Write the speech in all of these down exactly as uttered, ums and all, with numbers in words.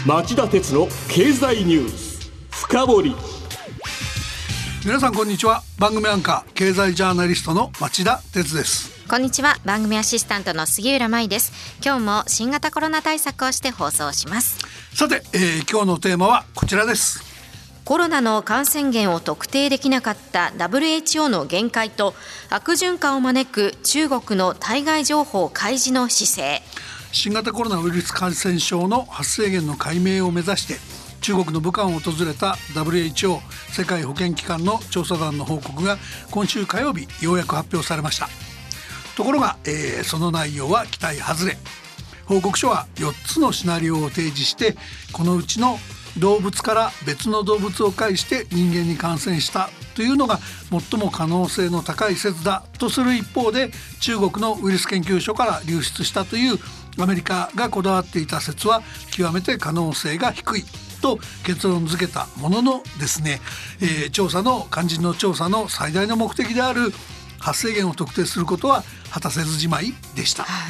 町田鉄の経済ニュース深掘り。 皆さんこんにちは。番組アンカー経済ジャーナリストの町田鉄です。 こんにちは。番組アシスタントの杉浦舞です。今日も新型コロナ対策をして放送します。 さて、えー、今日のテーマはこちらです。 コロナの感染源を特定できなかった ダブリューエイチオー の限界と悪循環を招く中国の対外情報開示の姿勢。 新型コロナウイルス感染症の発生源の解明を目指して中国の武漢を訪れた ダブリューエイチオー 世界保健機関の調査団の報告が今週火曜日ようやく発表されました。ところが、えー、その内容は期待外れ。報告書はよっつのシナリオを提示して、このうちの動物から別の動物を介して人間に感染したというのが最も可能性の高い説だとする一方で、中国のウイルス研究所から流出したというアメリカがこだわっていた説は極めて可能性が低いと結論付けたもののですね、えー、調査の肝心の調査の最大の目的である発生源を特定することは果たせずじまいでした。はい、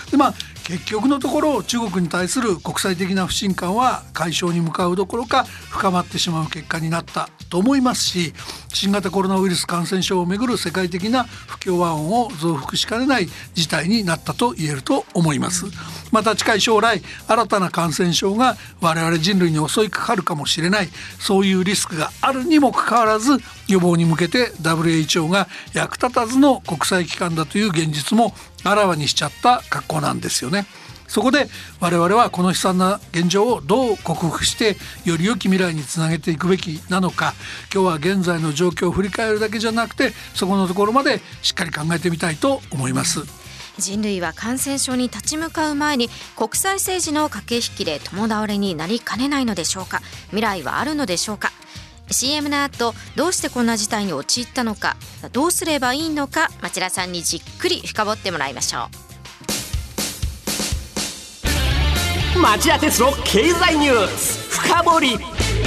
でまあ結局のところ中国に対する国際的な不信感は解消に向かうどころか深まってしまう結果になったと思いますし、新型コロナウイルス感染症をめぐる世界的な不協和音を増幅しかねない事態になったと言えると思います。また近い将来新たな感染症が我々人類に襲いかかるかもしれない、そういうリスクがあるにもかかわらず予防に向けて ダブリューエイチオー が役立たずの国際機関だという現実もあらわにしちゃった格好なんですよね。そこで我々はこの悲惨な現状をどう克服してより良き未来につなげていくべきなのか、今日は現在の状況を振り返るだけじゃなくてそこのところまでしっかり考えてみたいと思います。 人類は感染症に立ち向かう前に国際政治の駆け引きで共倒れになりかねないのでしょうか。未来はあるのでしょうか。 シーエム の後どうしてこんな事態に陥ったのか、どうすればいいのか、町田さんにじっくり深掘ってもらいましょう。町田鉄の経済ニュース深掘り。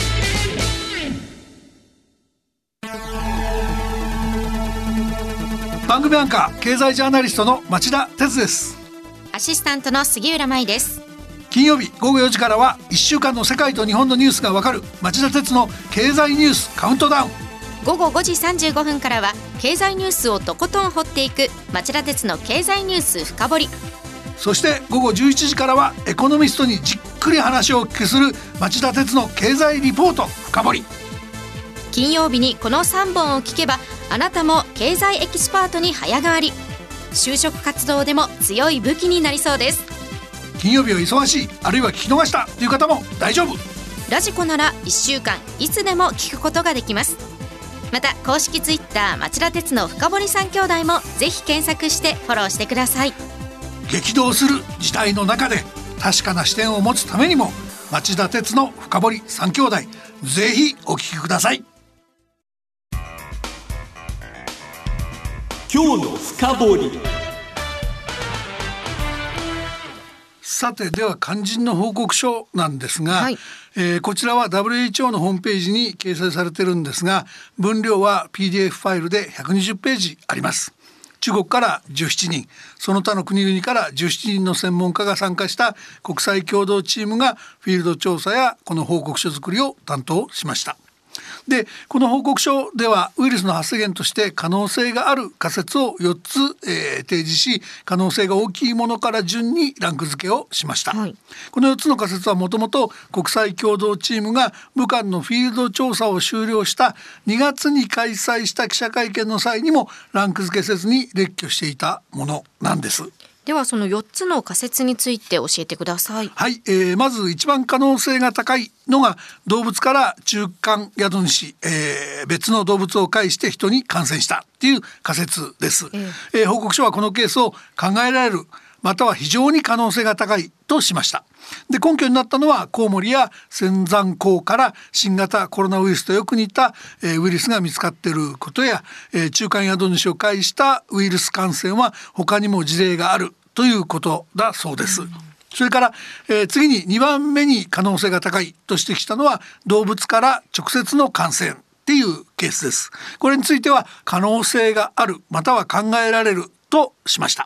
番組アンカー経済ジャーナリストの町田鉄です。 アシスタントの杉浦舞です。 金曜日ごごよじからはいっしゅうかんの世界と日本のニュースがわかる町田鉄の経済ニュースカウントダウン。 ごごごじさんじゅうごふんからは経済ニュースをとことん掘っていく町田鉄の経済ニュース深掘り。 そしてごごじゅういちじからはエコノミストにじっくり話をお聞きする町田鉄の経済リポート深掘り。 金曜日にこのさんぼんを聞けばあなたも経済エキスパートに早変わり。就職活動でも強い武器になりそうです。 金曜日は忙しい、あるいは聞き逃したという方も大丈夫。 ラジコならいっしゅうかんいつでも聞くことができます。また公式ツイッター町田鉄の深掘り三兄弟もぜひ検索してフォローしてください。 激動する時代の中で確かな視点を持つためにも町田鉄の深掘り三兄弟、ぜひお聞きください。 今日の深掘り。 さてでは肝心の報告書なんですが、 はい、 えー、こちらは ダブリューエイチオー のホームページに掲載されてるんですが、分量は ピーディーエフ ファイルでひゃくにじゅっページあります。中国からじゅうななにん、その他の国々からじゅうななにんの専門家が参加した国際共同チームがフィールド調査やこの報告書作りを担当しました。でこの報告書ではウイルスの発生源として可能性がある仮説をよっつ、えー、提示し、可能性が大きいものから順にランク付けをしました。はい、このよっつの仮説はもともと国際共同チームが武漢のフィールド調査を終了したにがつに開催した記者会見の際にもランク付けせずに列挙していたものなんです。 ではそのよっつの仮説について教えてください。 はい、えー、まず一番可能性が高いのが動物から中間宿主、えー、別の動物を介して人に感染したっていう仮説です。えーえー、報告書はこのケースを考えられるまたは非常に可能性が高いとしました。で根拠になったのはコウモリや仙山港から新型コロナウイルスとよく似た、えー、ウイルスが見つかっていることや、えー、中間宿主を介したウイルス感染は他にも事例があるということだそうです。うん、それから、えー、次ににばんめに可能性が高いと指摘したのは動物から直接の感染っていうケースです。これについては可能性があるまたは考えられるとしました。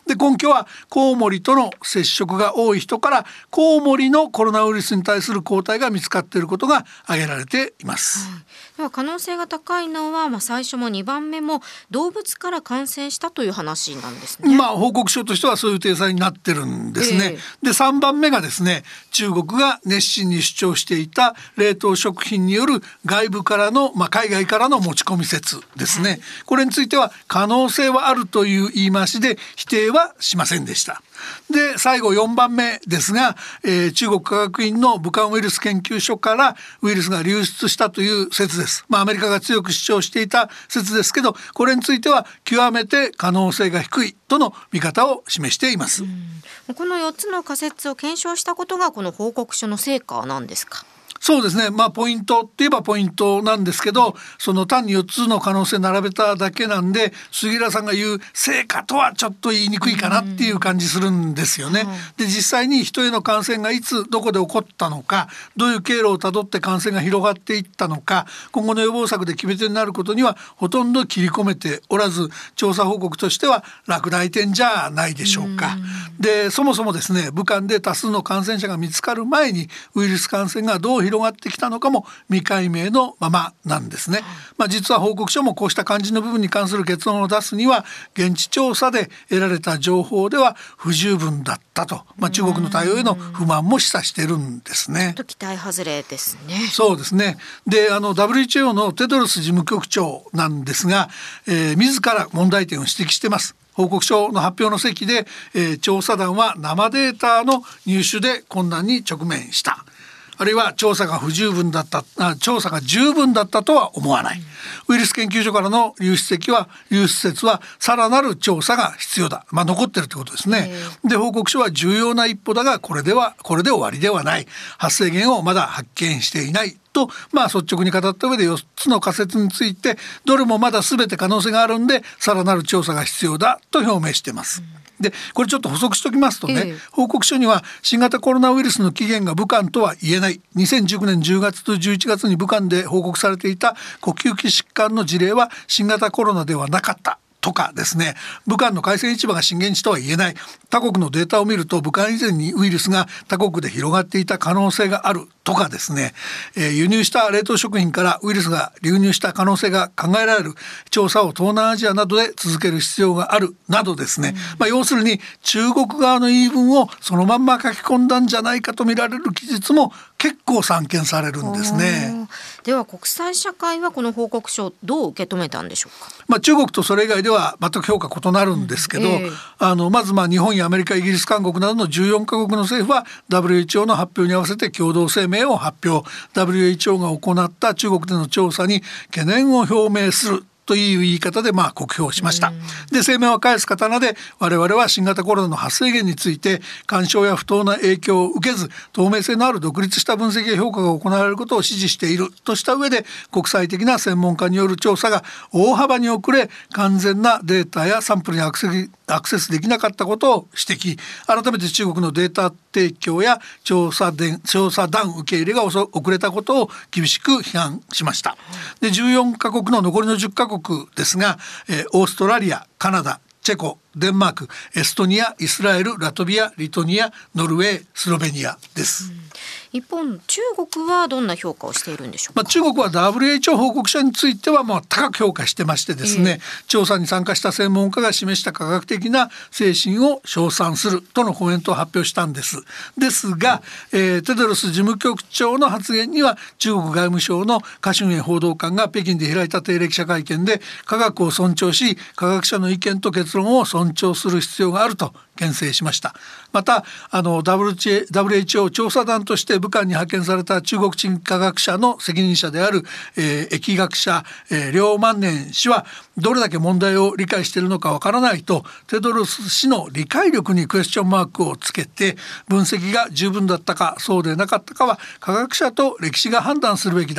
で根拠はコウモリとの接触が多い人からコウモリのコロナウイルスに対する抗体が見つかっていることが挙げられています、 はい、では可能性が高いのは、まあ、最初もにばんめも動物から感染したという話なんですね。 まあ報告書としてはそういう体裁になってるんですね、えー、でさんばんめがですね、中国が熱心に主張していた冷凍食品による外部からの、まあ、海外からの持ち込み説ですね、はい、これについては可能性はあるという言い回しで否定はしませんでした。で最後よんばんめですが、えー、中国科学院の武漢ウイルス研究所からウイルスが流出したという説です。まあアメリカが強く主張していた説ですけど、これについては極めて可能性が低いとの見方を示しています。 うん、このよっつの仮説を検証したことがこの報告書の成果なんですか？ そうですね、まあポイントって言えばポイントなんですけど、その単によっつの可能性並べただけなんで、杉浦さんが言う成果とはちょっと言いにくいかなっていう感じするんですよね。で実際に人への感染がいつどこで起こったのか、どういう経路をたどって感染が広がっていったのか、今後の予防策で決め手になることにはほとんど切り込めておらず、調査報告としては落第点じゃないでしょうか。でそもそもですね、武漢で多数の感染者が見つかる前にウイルス感染がどう広がってきたのかも未解明のままなんですね。まあ、実は報告書もこうした肝心の部分に関する結論を出すには現地調査で得られた情報では不十分だったと、まあ、中国の対応への不満も示唆してるんですね。 ちょっと期待外れですね。 そうですね。であの ダブリューエイチオー のテドロス事務局長なんですが、えー、自ら問題点を指摘してます。報告書の発表の席で、えー、調査団は生データの入手で困難に直面した、あるいは調査が不十分だったあ調査が十分だったとは思わない、ウイルス研究所からの流出説は流出説はさらなる調査が必要だ、まあ、残ってるということですね。で報告書は重要な一歩だがこれではこれで終わりではない、発生源をまだ発見していないと、まあ、率直に語った上でよっつの仮説についてどれもまだ全て可能性があるんでさらなる調査が必要だと表明しています。でこれちょっと補足しておきますとね、ええ、報告書には新型コロナウイルスの起源が武漢とは言えない、にせんじゅうきゅうねんじゅうがつとじゅういちがつに武漢で報告されていた呼吸器疾患の事例は新型コロナではなかったとかですね、武漢の海鮮市場が震源地とは言えない、他国のデータを見ると武漢以前にウイルスが他国で広がっていた可能性があるとかですね、えー、輸入した冷凍食品からウイルスが流入した可能性が考えられる、調査を東南アジアなどで続ける必要があるなどですね、うんまあ、要するに中国側の言い分をそのまんま書き込んだんじゃないかと見られる記述も結構散見されるんですね。 では国際社会はこの報告書をどう受け止めたんでしょうか。 まあ、中国とそれ以外では全く評価異なるんですけど、うんえー、あのまずまあ日本やアメリカ、イギリス、韓国などのじゅうよんカ国の政府は ダブリューエイチオー の発表に合わせて共同声明を発表、 ダブリューエイチオー が行った中国での調査に懸念を表明するという言い方でまあ酷評しました。で声明は返す刀で、我々は新型コロナの発生源について干渉や不当な影響を受けず透明性のある独立した分析や評価が行われることを支持しているとした上で、国際的な専門家による調査が大幅に遅れ完全なデータやサンプルにアクセスアクセスできなかったことを指摘、改めて中国のデータ提供や調査で調査団受け入れが遅れたことを厳しく批判しました。でじゅうよんカ国の残りのじゅっカ国ですが、えー、オーストラリア、カナダ、チェコ、デンマーク、エストニア、イスラエル、ラトビア、リトニア、ノルウェー、スロベニアです。うん一方中国はどんな評価をしているんでしょうか。 まあ、中国は ダブリューエイチオー 報告書についてはもう高く評価してましてですね、えー、調査に参加した専門家が示した科学的な精神を称賛するとのコメントを発表したんですですが、えー、テドロス事務局長の発言には中国外務省の華春瑩報道官が北京で開いた定例記者会見で、科学を尊重し科学者の意見と結論を尊重する必要があると牽制しました。またあの ダブリューエイチオー 調査団として武漢に派遣された中国人科学者の責任者である、えー、疫学者、えー、梁万年氏はどれだけ問題を理解しているのかわからないとテドロス氏の理解力にクエスチョンマークをつけて、分析が十分だったかそうでなかったかは科学者と歴史が判断するべきだ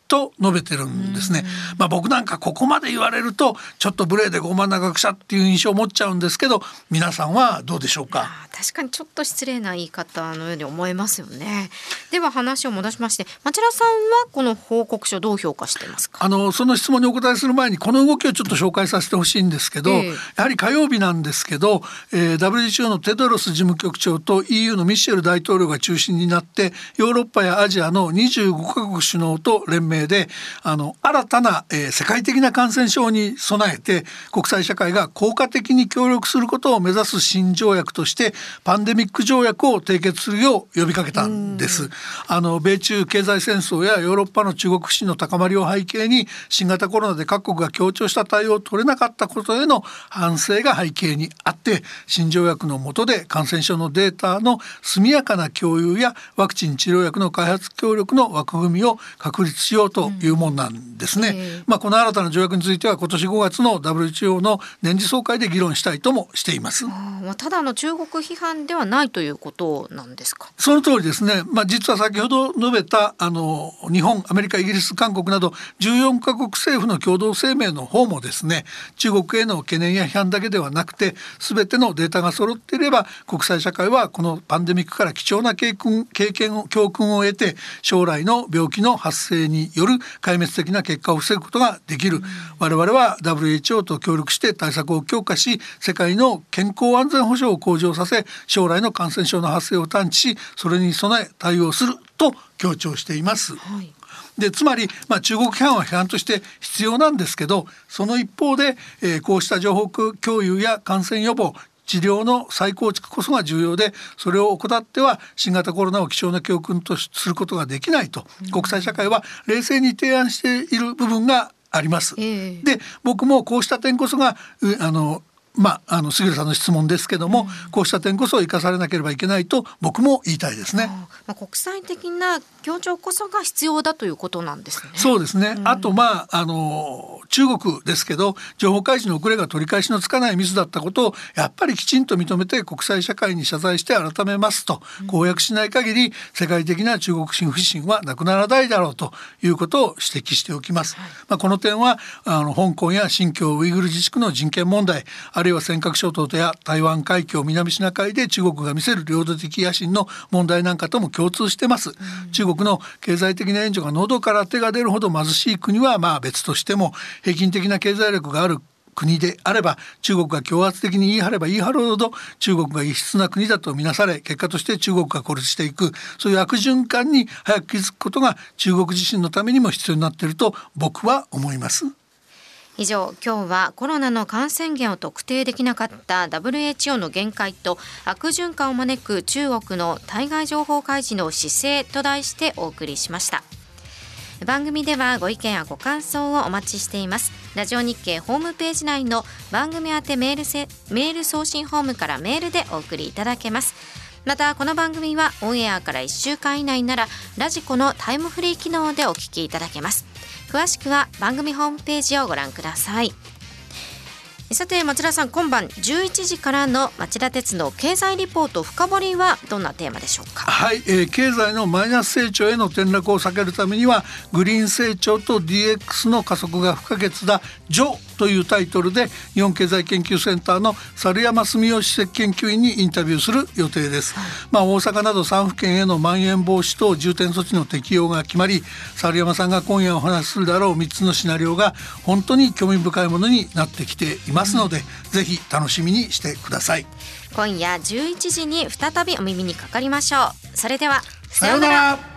と述べてるんですね。まあ、僕なんかここまで言われるとちょっと無礼で傲慢な学者っていう印象を持っちゃうんですけど、皆さんはどうでしょうか。 確かにちょっと失礼な言い方のように思えますよね。では話を戻しまして、町田さんはこの報告書どう評価していますか。 あのその質問にお答えする前にこの動きをちょっと紹介させてほしいんですけど、えー、やはり火曜日なんですけど、えー、ダブリューエイチオー のテドロス事務局長と イーユー のミシェル大統領が中心になってヨーロッパやアジアのにじゅうごカ国首脳と連名であの新たな、えー、世界的な感染症に備えて国際社会が効果的に協力することを目指す新条約としてパンデミック条約を締結するよう呼びかけたんです。あの米中経済戦争やヨーロッパの中国不信の高まりを背景に新型コロナで各国が協調した対応を取れなかったことへの反省が背景にあって、新条約の下で感染症のデータの速やかな共有やワクチン治療薬の開発協力の枠組みを確立しようというものなんですね。うんまあ、この新たな条約については今年ごがつの ダブリューエイチオー の年次総会で議論したいともしています。 あただの中国批判ではないということなんですか。 その通りですね。まあ、実は先ほど述べたあの日本、アメリカ、イギリス、韓国などじゅうよんカ国政府の共同声明の方もですね、中国への懸念や批判だけではなくて全てのデータが揃っていれば国際社会はこのパンデミックから貴重な経験、経験を教訓を得て将来の病気の発生による壊滅的な結果を防ぐことができる、うん、我々は ダブリューエイチオー と協力して対策を強化し世界の健康安全保障を向上させ将来の感染症の発生を探知しそれに備え対応すると強調しています。はいでつまり、まあ、中国批判は批判として必要なんですけど、その一方で、えー、こうした情報共有や感染予防治療の再構築こそが重要で、それを怠っては新型コロナを貴重な教訓とすることができないと、うん、国際社会は冷静に提案している部分があります、えー、で僕もこうした点こそがあのまあ、あの杉浦さんの質問ですけども、うん、こうした点こそ生かされなければいけないと僕も言いたいですね。 まあ、国際的な協調こそが必要だということなんですね。 そうですね、うん、あと、まあ、あの中国ですけど情報開示の遅れが取り返しのつかないミスだったことをやっぱりきちんと認めて国際社会に謝罪して改めますと公約しない限り世界的な中国心不信はなくならないだろうということを指摘しておきます、はいまあ、この点はあの香港や新疆ウイグル自治区の人権問題、あるいは尖閣諸島や台湾海峡、南シナ海で中国が見せる領土的野心の問題なんかとも共通してます、うん、中国の経済的な援助が喉から手が出るほど貧しい国はまあ別としても平均的な経済力がある国であれば中国が強圧的に言い張れば言い張るほど中国が異質な国だとみなされ結果として中国が孤立していく、そういう悪循環に早く気づくことが中国自身のためにも必要になっていると僕は思います。 以上、今日はコロナの感染源を特定できなかった ダブリューエイチオー の限界と悪循環を招く中国の対外情報開示の姿勢と題してお送りしました。番組ではご意見やご感想をお待ちしています。ラジオ日経ホームページ内の番組宛てメールせメール送信フォームからメールでお送りいただけます。またこの番組はオンエアからいっしゅうかん以内ならラジコのタイムフリー機能でお聞きいただけます。詳しくは番組ホームページをご覧ください。さて町田さん、今晩じゅういちじからの町田鉄道経済リポート深掘りはどんなテーマでしょうか。 はい、えー、経済のマイナス成長への転落を避けるためにはグリーン成長と ディーエックス の加速が不可欠だジョというタイトルで日本経済研究センターの猿山澄夫首席研究員にインタビューする予定です、はいまあ、大阪などさん府県へのまん延防止等重点措置の適用が決まり、猿山さんが今夜お話しするだろうみっつのシナリオが本当に興味深いものになってきていますので、うん、ぜひ楽しみにしてください。 今夜じゅういちじに再びお耳にかかりましょう。それではさようなら。